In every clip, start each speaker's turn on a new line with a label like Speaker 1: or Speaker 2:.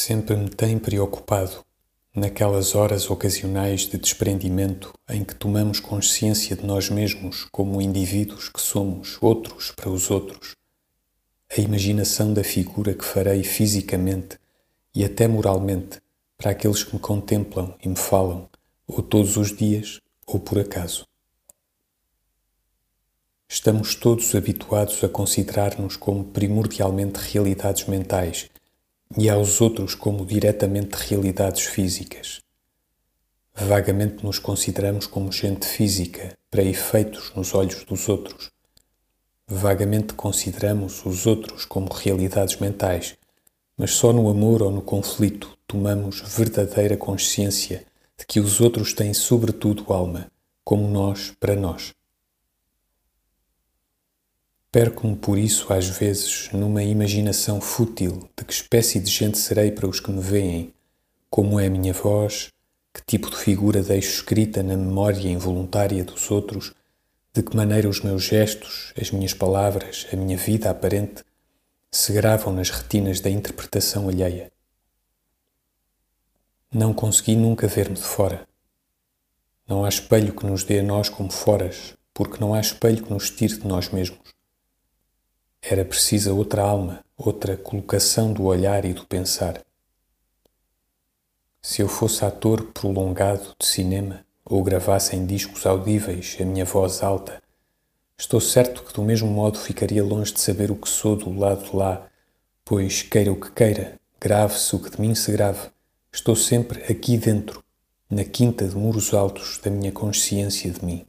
Speaker 1: sempre me tem preocupado, naquelas horas ocasionais de desprendimento em que tomamos consciência de nós mesmos como indivíduos que somos outros para os outros, a imaginação da figura que farei fisicamente e até moralmente para aqueles que me contemplam e me falam, ou todos os dias, ou por acaso. Estamos todos habituados a considerar-nos como primordialmente realidades mentais e aos outros como diretamente realidades físicas. Vagamente nos consideramos como gente física para efeitos nos olhos dos outros. Vagamente consideramos os outros como realidades mentais, mas só no amor ou no conflito tomamos verdadeira consciência de que os outros têm sobretudo alma, como nós para nós. Perco-me por isso às vezes numa imaginação fútil de que espécie de gente serei para os que me veem, como é a minha voz, que tipo de figura deixo escrita na memória involuntária dos outros, de que maneira os meus gestos, as minhas palavras, a minha vida aparente se gravam nas retinas da interpretação alheia. Não consegui nunca ver-me de fora. Não há espelho que nos dê a nós como foras, porque não há espelho que nos tire de nós mesmos. Era precisa outra alma, outra colocação do olhar e do pensar. Se eu fosse ator prolongado de cinema ou gravasse em discos audíveis a minha voz alta, estou certo que do mesmo modo ficaria longe de saber o que sou do lado de lá, pois, queira o que queira, grave-se o que de mim se grave, estou sempre aqui dentro, na quinta de muros altos da minha consciência de mim.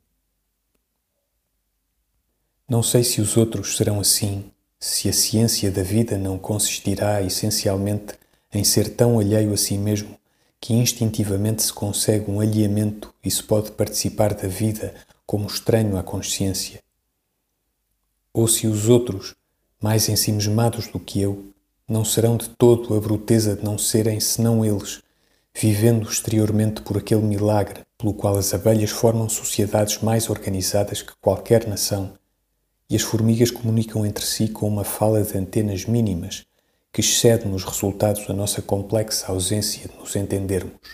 Speaker 1: Não sei se os outros serão assim, se a ciência da vida não consistirá essencialmente em ser tão alheio a si mesmo que instintivamente se consegue um alheamento e se pode participar da vida como estranho à consciência. Ou se os outros, mais ensimismados do que eu, não serão de todo a bruteza de não serem senão eles, vivendo exteriormente por aquele milagre pelo qual as abelhas formam sociedades mais organizadas que qualquer nação, e as formigas comunicam entre si com uma fala de antenas mínimas que excede nos resultados da nossa complexa ausência de nos entendermos.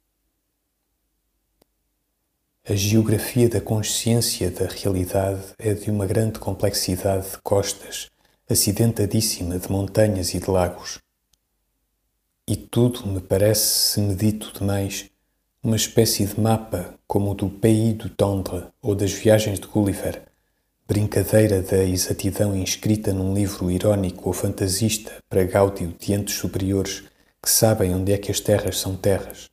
Speaker 1: A geografia da consciência da realidade é de uma grande complexidade de costas, acidentadíssima de montanhas e de lagos. E tudo me parece, se medito demais, uma espécie de mapa como o do Pays du Tendre ou das Viagens de Gulliver, brincadeira da exatidão inscrita num livro irónico ou fantasista para gáudio de entes superiores que sabem onde é que as terras são terras.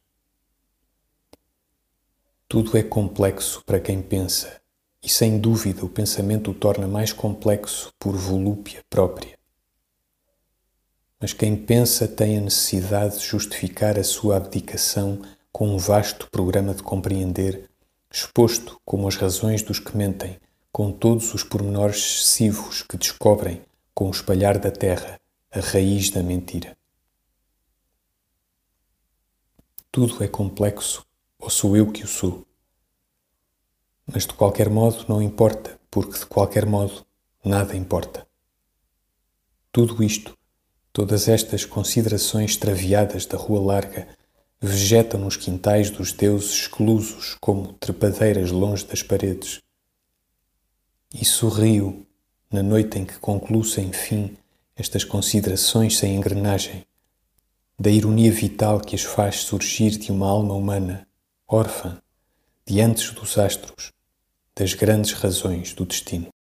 Speaker 1: Tudo é complexo para quem pensa, e sem dúvida o pensamento o torna mais complexo por volúpia própria. Mas quem pensa tem a necessidade de justificar a sua abdicação com um vasto programa de compreender, exposto como as razões dos que mentem, com todos os pormenores excessivos que descobrem, com o espalhar da terra, a raiz da mentira. Tudo é complexo, ou sou eu que o sou? Mas de qualquer modo não importa, porque de qualquer modo nada importa. Tudo isto, todas estas considerações extraviadas da rua larga, vegetam nos quintais dos deuses exclusos como trepadeiras longe das paredes. E sorrio na noite em que concluo sem fim estas considerações sem engrenagem, da ironia vital que as faz surgir de uma alma humana, órfã, diante dos astros, das grandes razões do destino.